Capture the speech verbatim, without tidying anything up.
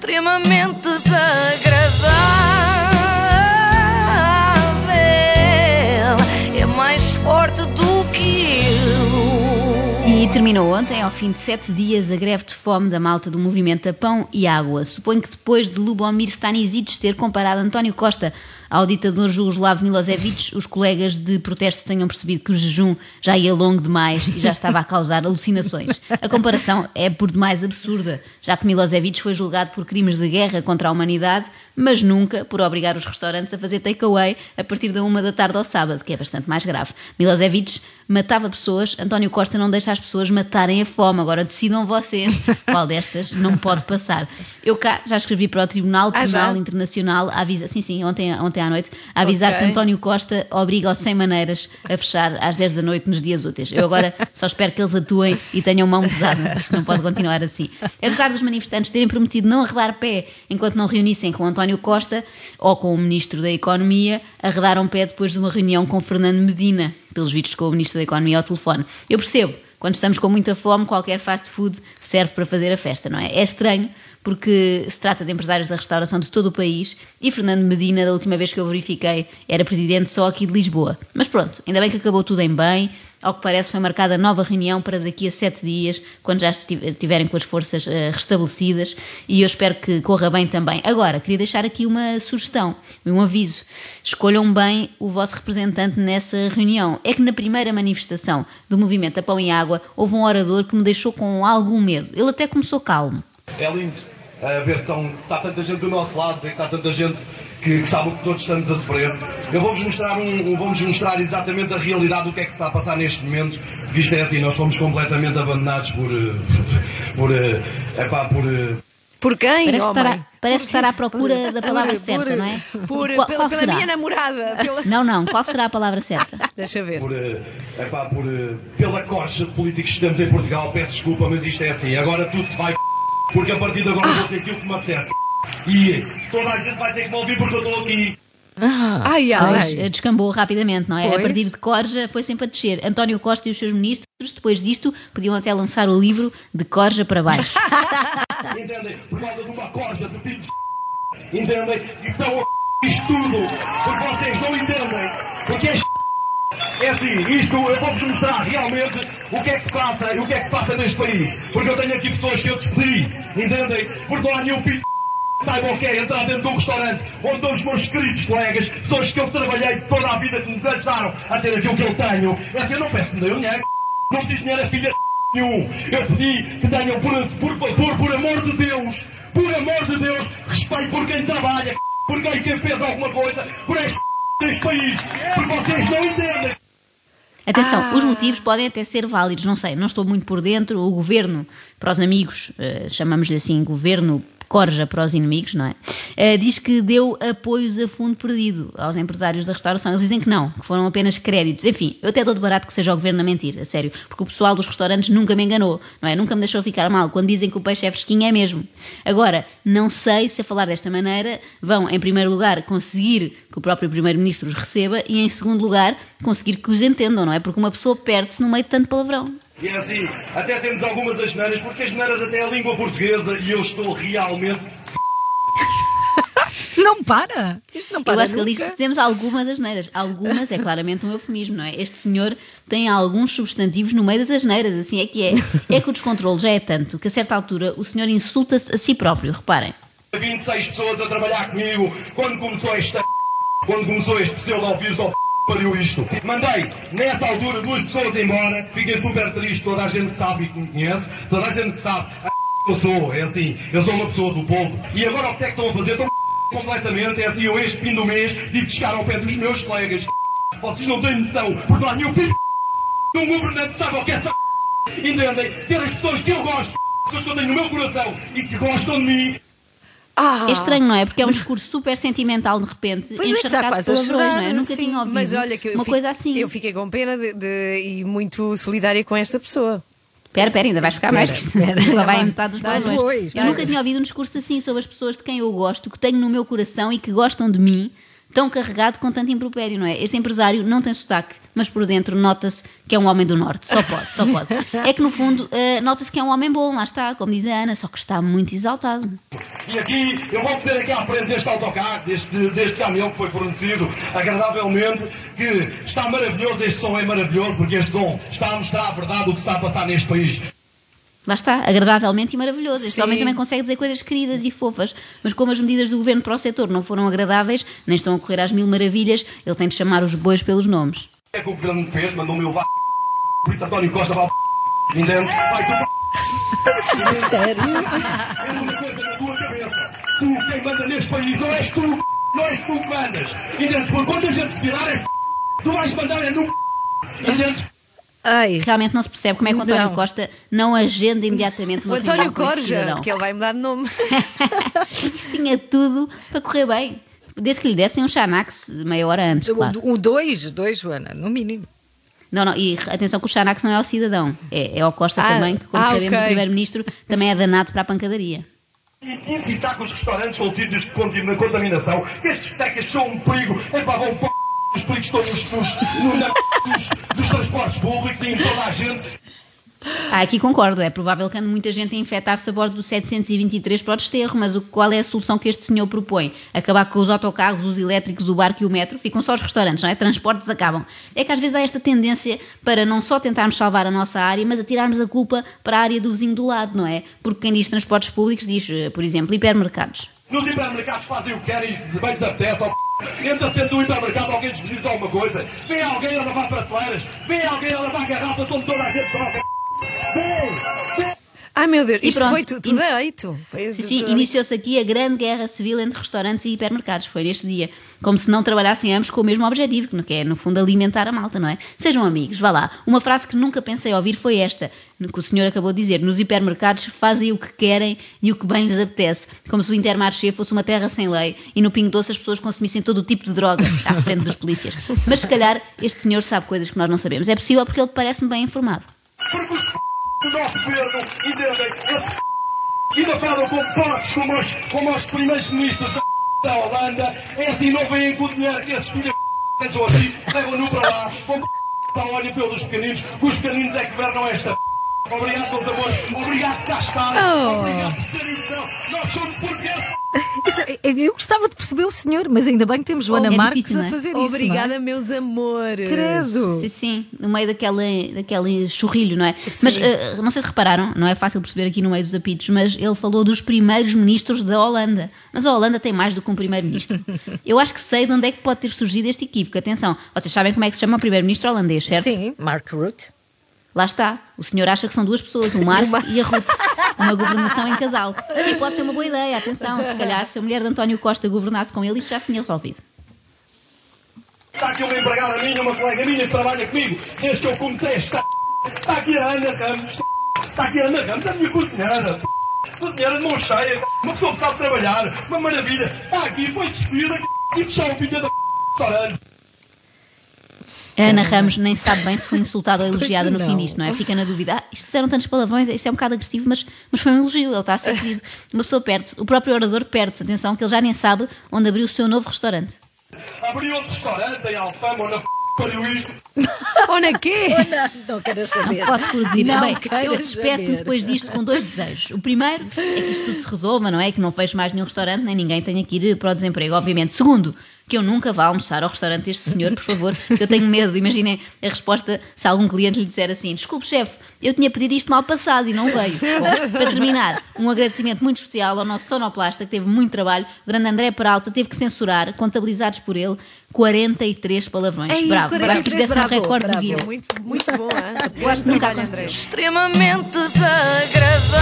extremamente desagradável. É mais forte do que eu. E terminou ontem, ao fim de sete dias, a greve de fome da malta do movimento a Pão e Água. Suponho que depois de Lubomir Stanisic ter comparado António Costa ao ditador jugoslavo Milosevic, os colegas de protesto tenham percebido que o jejum já ia longo demais e já estava a causar alucinações. A comparação é por demais absurda, já que Milosevic foi julgado por crimes de guerra contra a humanidade, mas nunca por obrigar os restaurantes a fazer takeaway a partir da uma da tarde ao sábado, que é bastante mais grave. Milosevic matava pessoas, António Costa não deixa as pessoas matarem a fome. Agora decidam vocês qual destas não pode passar. Eu cá já escrevi para o Tribunal Penal ah, Internacional a avisar, sim, sim, ontem, ontem à noite, a avisar okay. que António Costa obriga ao Sem Maneiras a fechar às dez da noite nos dias úteis. Eu agora só espero que eles atuem e tenham mão pesada, isto não pode continuar assim. Apesar dos manifestantes terem prometido não arredar pé enquanto não reunissem com António Costa ou com o Ministro da Economia, arredaram pé depois de uma reunião com Fernando Medina, pelos vistos com o Ministro da Economia ao telefone. Eu percebo, quando estamos com muita fome, qualquer fast food serve para fazer a festa, não é? É estranho, porque se trata de empresários da restauração de todo o país e Fernando Medina, da última vez que eu verifiquei, era presidente só aqui de Lisboa. Mas pronto, ainda bem que acabou tudo em bem. Ao que parece, foi marcada nova reunião para daqui a sete dias, quando já estiverem com as forças uh, restabelecidas, e eu espero que corra bem também. Agora, queria deixar aqui uma sugestão, um aviso. Escolham bem o vosso representante nessa reunião. É que na primeira manifestação do movimento a Pão e Água, houve um orador que me deixou com algum medo. Ele até começou calmo. É lindo uh, ver que está tanta gente do nosso lado, ver que está tanta gente que, que sabe o que todos estamos a sofrer. Eu vou-vos mostrar, um, um, vou-vos mostrar exatamente a realidade do que é que se está a passar neste momento. Isto é assim, nós fomos completamente abandonados por... por... Epá, por... Por quem, Parece, homem? estar, à, parece por estar à procura por, da palavra por, certa, por, não é? Por, qual, pela, qual pela será? minha namorada. Pela... Não, não, qual será a palavra certa? Deixa ver. Por, epá, por, pela corcha de políticos que temos em Portugal, peço desculpa, mas isto é assim. Agora tudo se vai... Porque a partir de agora vou ter aquilo que me apetece. E toda a gente vai ter que me ouvir porque eu estou aqui. Ah, ai, ai. Pois, descambou rapidamente, não é? Pois. A partir de Corja foi sempre a descer. António Costa e os seus ministros, depois disto, podiam até lançar o livro De Corja para Baixo. Entendem? Por causa de uma corja de filhos. Entendem? Então isto tudo. Porque vocês não entendem. Porque é É assim, isto eu vou-vos mostrar realmente o que é que se passa e o que é que se passa neste país. Porque eu tenho aqui pessoas que eu despedi, entendem? Porque não há nenhum filho que saiba o que é entrar dentro de um restaurante onde estão os meus queridos colegas, pessoas que eu trabalhei toda a vida, que me ajudaram a ter aquilo que eu tenho. É assim, eu não peço que me dêem dinheiro, não tive dinheiro a filha nenhum. Eu pedi que tenham, por, por favor, por amor de Deus, por amor de Deus, respeito por quem trabalha, por quem, quem fez alguma coisa, por este, este país, porque vocês não entendem. Atenção, Ah. os motivos podem até ser válidos, não sei, não estou muito por dentro. O governo, para os amigos, uh, chamamos-lhe assim, governo Corja para os inimigos, não é? Uh, diz que deu apoios a fundo perdido aos empresários da restauração. Eles dizem que não, que foram apenas créditos. Enfim, eu até dou de barato que seja o governo a mentir, a sério, porque o pessoal dos restaurantes nunca me enganou, não é? Nunca me deixou ficar mal quando dizem que o peixe é fresquinho, é mesmo. Agora, não sei se a falar desta maneira vão, em primeiro lugar, conseguir que o próprio primeiro-ministro os receba e, em segundo lugar, conseguir que os entendam, não é? Porque uma pessoa perde-se no meio de tanto palavrão. E é assim, até temos algumas asneiras, porque as asneiras até é a língua portuguesa e eu estou realmente... Não para! Isto não para Eu acho que nunca. ali dizemos algumas asneiras. Algumas é claramente um eufemismo, não é? Este senhor tem alguns substantivos no meio das asneiras, assim é que é. É que o descontrole já é tanto que a certa altura o senhor insulta-se a si próprio, reparem. vinte e seis pessoas a trabalhar comigo, quando começou esta... Quando começou este pseudo-vírus ao... pariu isto. Mandei, nessa altura, duas pessoas embora, fiquei super triste, toda a gente sabe e que me conhece, toda a gente sabe, a eu sou, é assim, eu sou uma pessoa do povo. E agora o que é que estão a fazer? Estão completamente, é assim, eu este fim do mês tive de chegar ao pé dos meus colegas. Vocês não têm noção, porque não há nenhum filho nenhum governante sabe o que é essa entendem? Ter as pessoas que eu gosto, as pessoas que eu tenho no meu coração e que gostam de mim. Ah. É estranho, não é? Porque é um discurso super sentimental de repente, Pois é que está encharcado quase de a palavrões, chorar, não é? Eu nunca sim, tinha ouvido mas olha que eu uma fico- coisa assim. Eu fiquei com pena de, de- e muito solidária com esta pessoa. Espera, espera, ainda vais ficar mais que isto. Espera. Só vai em metade dos Vai, palavrões. pois, Eu vai. nunca tinha ouvido um discurso assim sobre as pessoas de quem eu gosto, que tenho no meu coração e que gostam de mim, tão carregado com tanto impropério, não é? Este empresário não tem sotaque, mas por dentro nota-se que é um homem do Norte. Só pode, só pode. É que no fundo uh, nota-se que é um homem bom, lá está, como diz a Ana, só que está muito exaltado. E aqui, eu vou ter aqui à frente deste autocarro, deste, deste caminhão que foi fornecido agradavelmente, que está maravilhoso, este som é maravilhoso, porque este som está a mostrar a verdade do que está a passar neste país. Lá está, agradavelmente e maravilhoso. Este Sim. homem também consegue dizer coisas queridas e fofas, mas como as medidas do governo para o setor não foram agradáveis, nem estão a correr às mil maravilhas, ele tem de chamar os bois pelos nomes. É que o governo me fez, mandou-me levar por isso António Costa vai entende? Vai tu Sério? é uma coisa na tua cabeça. Tu, quem manda neste país, não és tu, não és tu que mandas. Entendes? Porque quando a gente se virar, és tu vais mandar é no entendes? Ai. Realmente não se percebe como é que o António Não. Costa não agenda imediatamente O uma António reunião com este Corja, cidadão. que ele vai mudar de nome. Isto tinha tudo para correr bem. Desde que lhe dessem um Xanax meia hora antes, claro. O dois, dois, Joana, no mínimo. Não, não, e atenção que o Xanax não é ao cidadão, é, é ao Costa Ah, também, que como ah, sabemos ok. o primeiro-ministro também é danado para a pancadaria. E incitar que os restaurantes são sítios de contam- contaminação. Estes tecas são um perigo. É para vão p***, os perigos todos nos, nos, nos, nos, dos transportes públicos e em toda a gente. Ah, aqui concordo, é provável que ande muita gente a infectar-se a bordo do setecentos e vinte e três para o desterro, mas o, qual é a solução que este senhor propõe? Acabar com os autocarros, os elétricos, o barco e o metro? Ficam só os restaurantes, não é? Transportes acabam. É que às vezes há esta tendência para não só tentarmos salvar a nossa área, mas a tirarmos a culpa para a área do vizinho do lado, não é? Porque quem diz transportes públicos diz, eh, por exemplo, hipermercados. Nos hipermercados fazem o que querem e bem desapetece. Entra-se dentro do hipermercado, alguém desdiz alguma coisa. Vem alguém a lavar prateleiras. Vem alguém a lavar garrafas onde toda a gente troca. Vem! Vem! Ai meu Deus, E isto pronto, foi tu- tudo in- deito. Foi Sim, tudo sim, deito. iniciou-se aqui a grande guerra civil entre restaurantes e hipermercados. Foi neste dia. Como se não trabalhassem ambos com o mesmo objetivo, que é, no fundo, alimentar a malta, não é? Sejam amigos, vá lá. Uma frase que nunca pensei ouvir foi esta, que o senhor acabou de dizer. Nos hipermercados fazem o que querem e o que bem lhes apetece. Como se o Intermarché fosse uma terra sem lei e no Pingo Doce as pessoas consumissem todo o tipo de droga à frente dos polícias. Mas se calhar este senhor sabe coisas que nós não sabemos. É possível porque ele parece-me bem informado. Porque os p... do nosso governo, entendem? Esses p... ainda falam com porcos como os, como os primeiros ministros da, p... da Holanda. É assim, não veem com o dinheiro que esses filhos p... são assim, levam-no para lá, como p... para olho pelos pequeninos, que os pequeninos é que governam esta p... Obrigado, meus amores. Obrigado por cá estarem. Oh. Obrigado por terem noção. Nós somos porquês. Isto- eu gostava de perceber o senhor, mas ainda bem que temos Joana É Marques difícil, não a é? fazer isso. Obrigada, meus amores. Não é? Credo. Sim, sim, no meio daquele, daquele churrilho, não é? Mas uh, não sei se repararam, não é fácil perceber aqui no meio dos apitos, mas ele falou dos primeiros ministros da Holanda. Mas a Holanda tem mais do que um primeiro-ministro. Eu acho que sei de onde é que pode ter surgido este equívoco. Atenção, vocês sabem como é que se chama o primeiro-ministro holandês, certo? Sim, Mark Rutte. Lá está. O senhor acha que são duas pessoas, o Marco e a Ruth. Uma governação em casal. E pode ser uma boa ideia, atenção. Se calhar, se a mulher de António Costa governasse com ele, isto já se tinha resolvido. Está aqui uma empregada minha, uma colega minha que trabalha comigo, desde que eu comecei esta. Está aqui a Ana Ramos. Está aqui a Ana Ramos, a minha cozinheira. Cozinheira de mão cheia, uma pessoa que sabe trabalhar, uma maravilha. Está aqui, foi despedida e fechou o filho da restaurante. A Ana Ramos nem sabe bem se foi insultada ou elogiada no Pois fim não. disto, não é? Fica na dúvida. Ah, isto disseram tantos palavrões, isto é um bocado agressivo, mas, mas foi um elogio, ele está a ser pedido. Uma pessoa perde-se, o próprio orador perde-se, atenção, que ele já nem sabe onde abriu o seu novo restaurante. Abri outro restaurante em Alfama ou na p... pariu isto. Ou na quê? Não, não quero Não saber. posso produzir. Não Bem, queiras eu despeço-me saber. depois disto com dois desejos. O primeiro é que isto tudo se resolva, não é? Que não feche mais nenhum restaurante, nem ninguém tenha que ir para o desemprego, obviamente. Segundo, que eu nunca vá almoçar ao restaurante deste senhor, por favor, que eu tenho medo. Imaginem a resposta se algum cliente lhe disser assim: desculpe, chefe, eu tinha pedido isto mal passado e não veio. Bom, para terminar, um agradecimento muito especial ao nosso sonoplasta, que teve muito trabalho. O grande André Peralta teve que censurar, contabilizados por ele, quarenta e três palavrões. Ei, bravo, bravo, quarenta e que três, isto deve ser um bravo, recorde de bravo. vida. Muito, muito bom, hein? Gosto de nunca Trabalho, André. Extremamente desagradável.